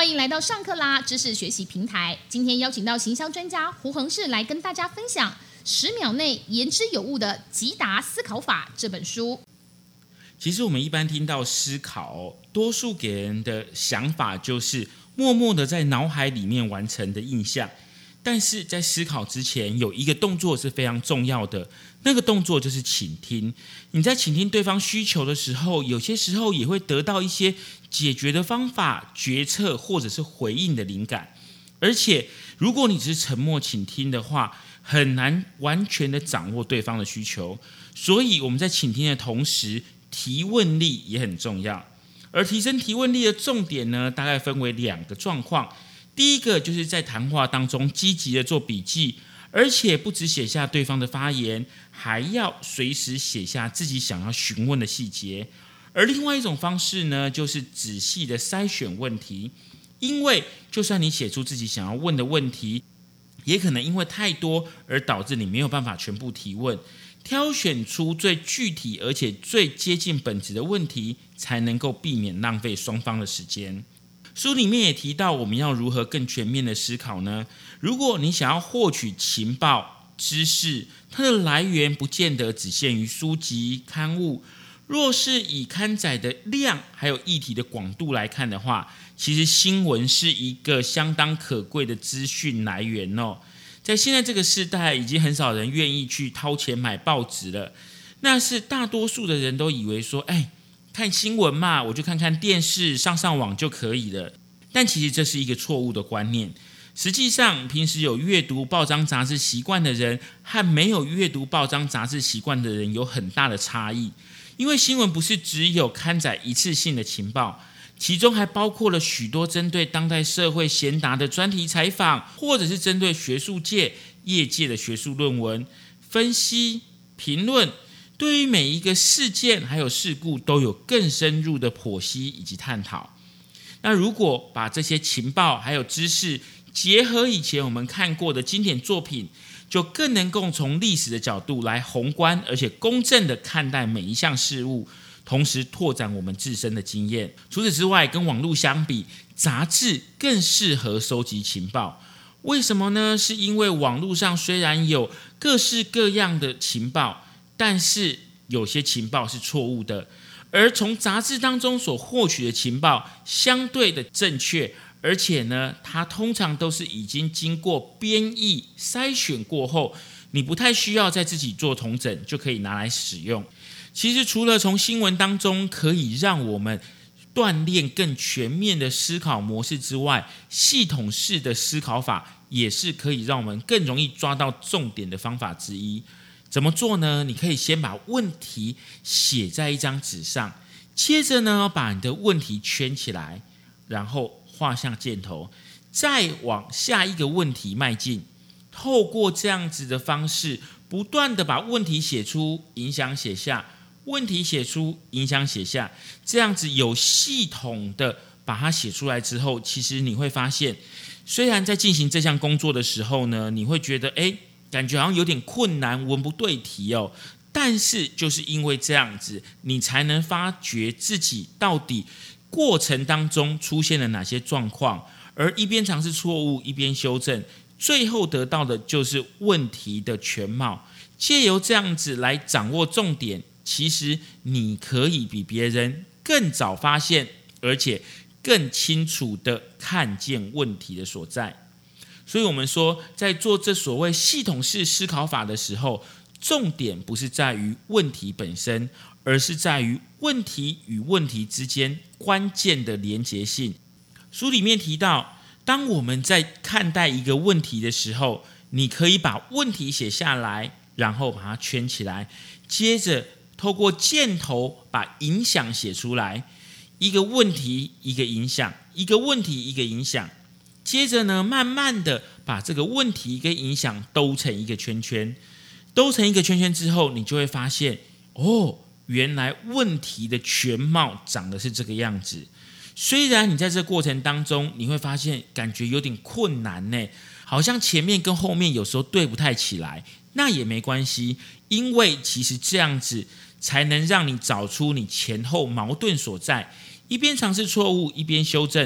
欢迎来到上课啦知识学习平台。今天邀请到行销专家胡恒士来跟大家分享10秒内言之有物的吉达思考法这本书。 其实我们一般听到思考，多数给人的想法就是默默的在脑海里面完成的印象。但是在思考之前，有一个动作是非常重要的，那个动作就是倾听。你在倾听对方需求的时候，有些时候也会得到一些解决的方法、决策或者是回应的灵感。而且，如果你只是沉默倾听的话，很难完全的掌握对方的需求。所以我们在倾听的同时，提问力也很重要。而提升提问力的重点呢，大概分为2个状况。第一个就是在谈话当中积极的做笔记，而且不只写下对方的发言，还要随时写下自己想要询问的细节。而另外一种方式呢，就是仔细的筛选问题，因为就算你写出自己想要问的问题，也可能因为太多而导致你没有办法全部提问。挑选出最具体而且最接近本质的问题，才能够避免浪费双方的时间。书里面也提到，我们要如何更全面的思考呢？如果你想要获取情报、知识，它的来源不见得只限于书籍、刊物。若是以刊载的量还有议题的广度来看的话，其实新闻是一个相当可贵的资讯来源哦。在现在这个时代，已经很少人愿意去掏钱买报纸了。那是大多数的人都以为说，看新闻嘛，我就看看电视、上网就可以了。但其实这是一个错误的观念。实际上，平时有阅读报章杂志习惯的人和没有阅读报章杂志习惯的人有很大的差异。因为新闻不是只有刊载一次性的情报，其中还包括了许多针对当代社会贤达的专题采访，或者是针对学术界、业界的学术论文分析、评论。对于每一个事件还有事故都有更深入的剖析以及探讨。那如果把这些情报还有知识结合以前我们看过的经典作品，就更能够从历史的角度来宏观而且公正的看待每一项事物，同时拓展我们自身的经验。除此之外，跟网络相比，杂志更适合收集情报。为什么呢？是因为网络上虽然有各式各样的情报，但是有些情报是错误的，而从杂志当中所获取的情报相对的正确，而且呢，它通常都是已经经过编译筛选过后，你不太需要再自己做统整就可以拿来使用。其实除了从新闻当中可以让我们锻炼更全面的思考模式之外，系统式的思考法也是可以让我们更容易抓到重点的方法之一。怎么做呢？你可以先把问题写在一张纸上，接着呢，把你的问题圈起来，然后画上箭头，再往下一个问题迈进。透过这样子的方式，不断的把问题写出，影响写下，问题写出，影响写下，这样子有系统的把它写出来之后，其实你会发现，虽然在进行这项工作的时候呢，你会觉得感觉好像有点困难，文不对题哦。但是就是因为这样子，你才能发觉自己到底过程当中出现了哪些状况，而一边尝试错误，一边修正，最后得到的就是问题的全貌。借由这样子来掌握重点，其实你可以比别人更早发现，而且更清楚地看见问题的所在。所以我们说，在做这所谓系统式思考法的时候，重点不是在于问题本身，而是在于问题与问题之间关键的连结性。书里面提到，当我们在看待一个问题的时候，你可以把问题写下来，然后把它圈起来，接着透过箭头把影响写出来。一个问题一个影响，一个问题一个影响，接着呢，慢慢的把这个问题跟影响兜成一个圈圈。兜成一个圈圈之后，你就会发现，原来问题的全貌长得是这个样子。虽然你在这过程当中，你会发现感觉有点困难呢，好像前面跟后面有时候对不太起来，那也没关系，因为其实这样子才能让你找出你前后矛盾所在，一边尝试错误，一边修正，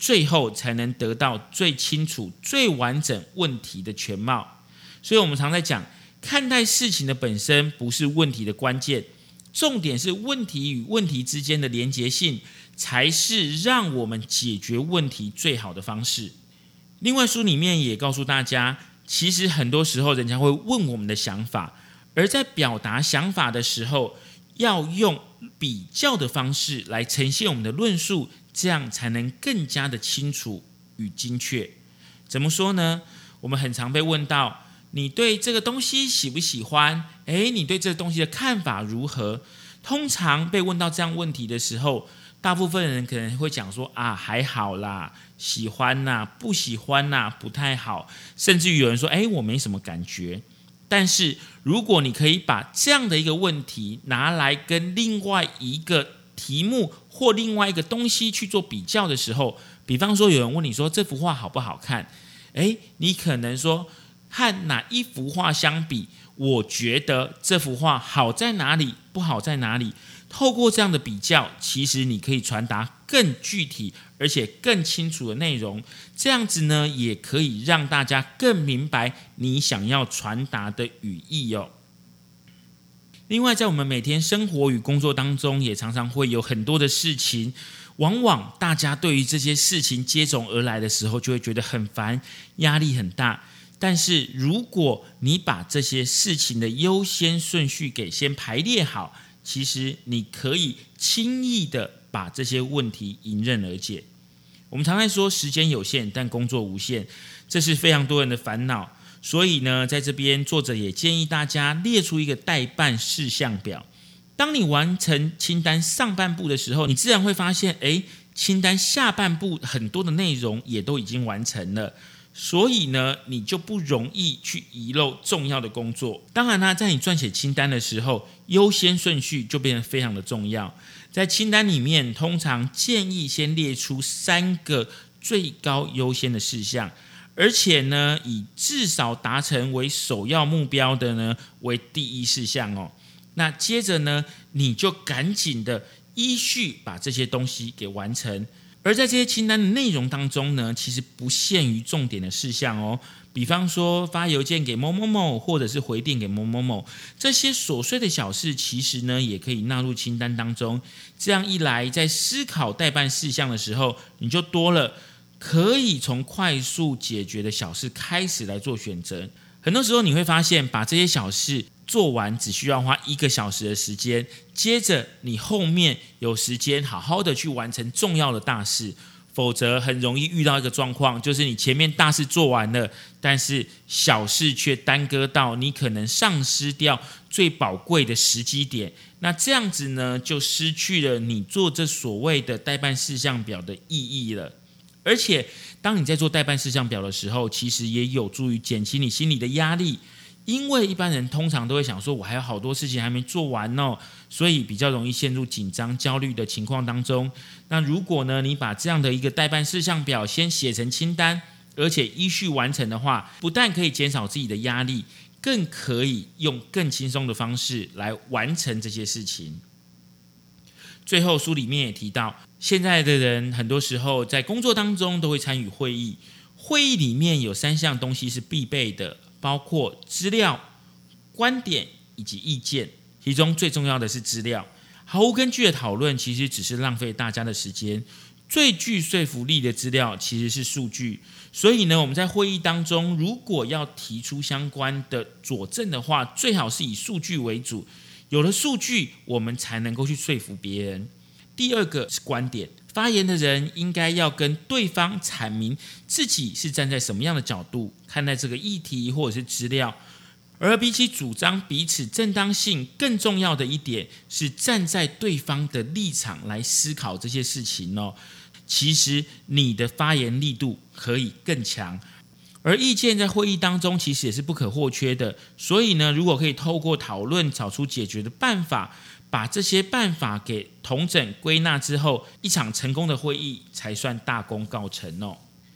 最后才能得到最清楚、最完整问题的全貌。所以我们常在讲，看待事情的本身不是问题的关键，重点是问题与问题之间的连结性，才是让我们解决问题最好的方式。另外，书里面也告诉大家，其实很多时候人家会问我们的想法，而在表达想法的时候，要用比较的方式来呈现我们的论述，这样才能更加的清楚与精确。怎么说呢？我们很常被问到，你对这个东西喜不喜欢？你对这个东西的看法如何？通常被问到这样问题的时候，大部分人可能会讲说还好啦，喜欢啦，不喜欢啦，不太好，甚至于有人说我没什么感觉。但是如果你可以把这样的一个问题拿来跟另外一个题目或另外一个东西去做比较的时候，比方说有人问你说这幅画好不好看，你可能说和哪一幅画相比，我觉得这幅画好在哪里，不好在哪里。透过这样的比较，其实你可以传达更具体而且更清楚的内容，这样子呢，也可以让大家更明白你想要传达的语义哦。另外，在我们每天生活与工作当中，也常常会有很多的事情，往往大家对于这些事情接踵而来的时候，就会觉得很烦，压力很大。但是如果你把这些事情的优先顺序给先排列好，其实你可以轻易的把这些问题迎刃而解。我们常在说时间有限，但工作无限，这是非常多人的烦恼。所以呢，在这边作者也建议大家列出一个待办事项表。当你完成清单上半部的时候，你自然会发现，清单下半部很多的内容也都已经完成了。所以呢，你就不容易去遗漏重要的工作。当然啦，在你撰写清单的时候，优先顺序就变得非常的重要。在清单里面，通常建议先列出3个最高优先的事项，而且呢，以至少达成为首要目标的呢为第一事项哦。那接着呢，你就赶紧的依序把这些东西给完成。而在这些清单的内容当中呢，其实不限于重点的事项哦。比方说发邮件给某某某，或者是回电给某某某，这些琐碎的小事，其实呢也可以纳入清单当中。这样一来，在思考待办事项的时候，你就多了可以从快速解决的小事开始来做选择。很多时候你会发现，把这些小事做完只需要花1个小时的时间，接着你后面有时间好好的去完成重要的大事。否则很容易遇到一个状况，就是你前面大事做完了，但是小事却耽搁到你可能丧失掉最宝贵的时机点。那这样子呢，就失去了你做这所谓的待办事项表的意义了。而且当你在做待办事项表的时候，其实也有助于减轻你心里的压力。因为一般人通常都会想说，我还有好多事情还没做完哦，所以比较容易陷入紧张、焦虑的情况当中。那如果呢，你把这样的一个待办事项表先写成清单，而且依序完成的话，不但可以减少自己的压力，更可以用更轻松的方式来完成这些事情。最后书里面也提到，现在的人很多时候在工作当中都会参与会议，会议里面有3项东西是必备的，包括资料、观点以及意见，其中最重要的是资料。毫无根据的讨论其实只是浪费大家的时间，最具说服力的资料其实是数据。所以呢，我们在会议当中如果要提出相关的佐证的话，最好是以数据为主，有了数据我们才能够去说服别人。第二个是观点，发言的人应该要跟对方阐明自己是站在什么样的角度看待这个议题或者是资料，而比起主张彼此正当性，更重要的一点是站在对方的立场来思考这些事情哦。其实你的发言力度可以更强，而意见在会议当中其实也是不可或缺的。所以呢，如果可以透过讨论找出解决的办法，把这些办法给统整归纳之后，一场成功的会议才算大功告成哦。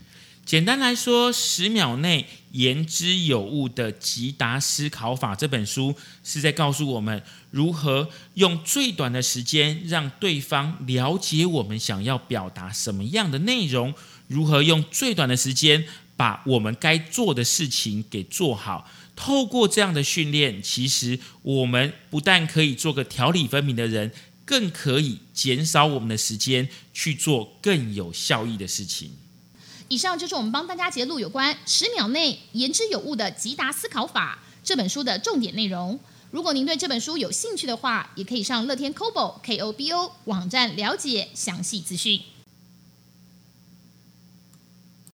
简单来说，10秒内言之有物的吉达思考法这本书是在告诉我们如何用最短的时间让对方了解我们想要表达什么样的内容，如何用最短的时间把我们该做的事情给做好。透过这样的训练，其实我们不但可以做个条理分明的人，更可以减少我们的时间去做更有效益的事情。 以上就是我们帮大家揭露有关10秒内言之有物的吉达思考法这本书的重点内容。如果您对这本书有兴趣的话，也可以上乐天 Kobo 网站了解详细资讯。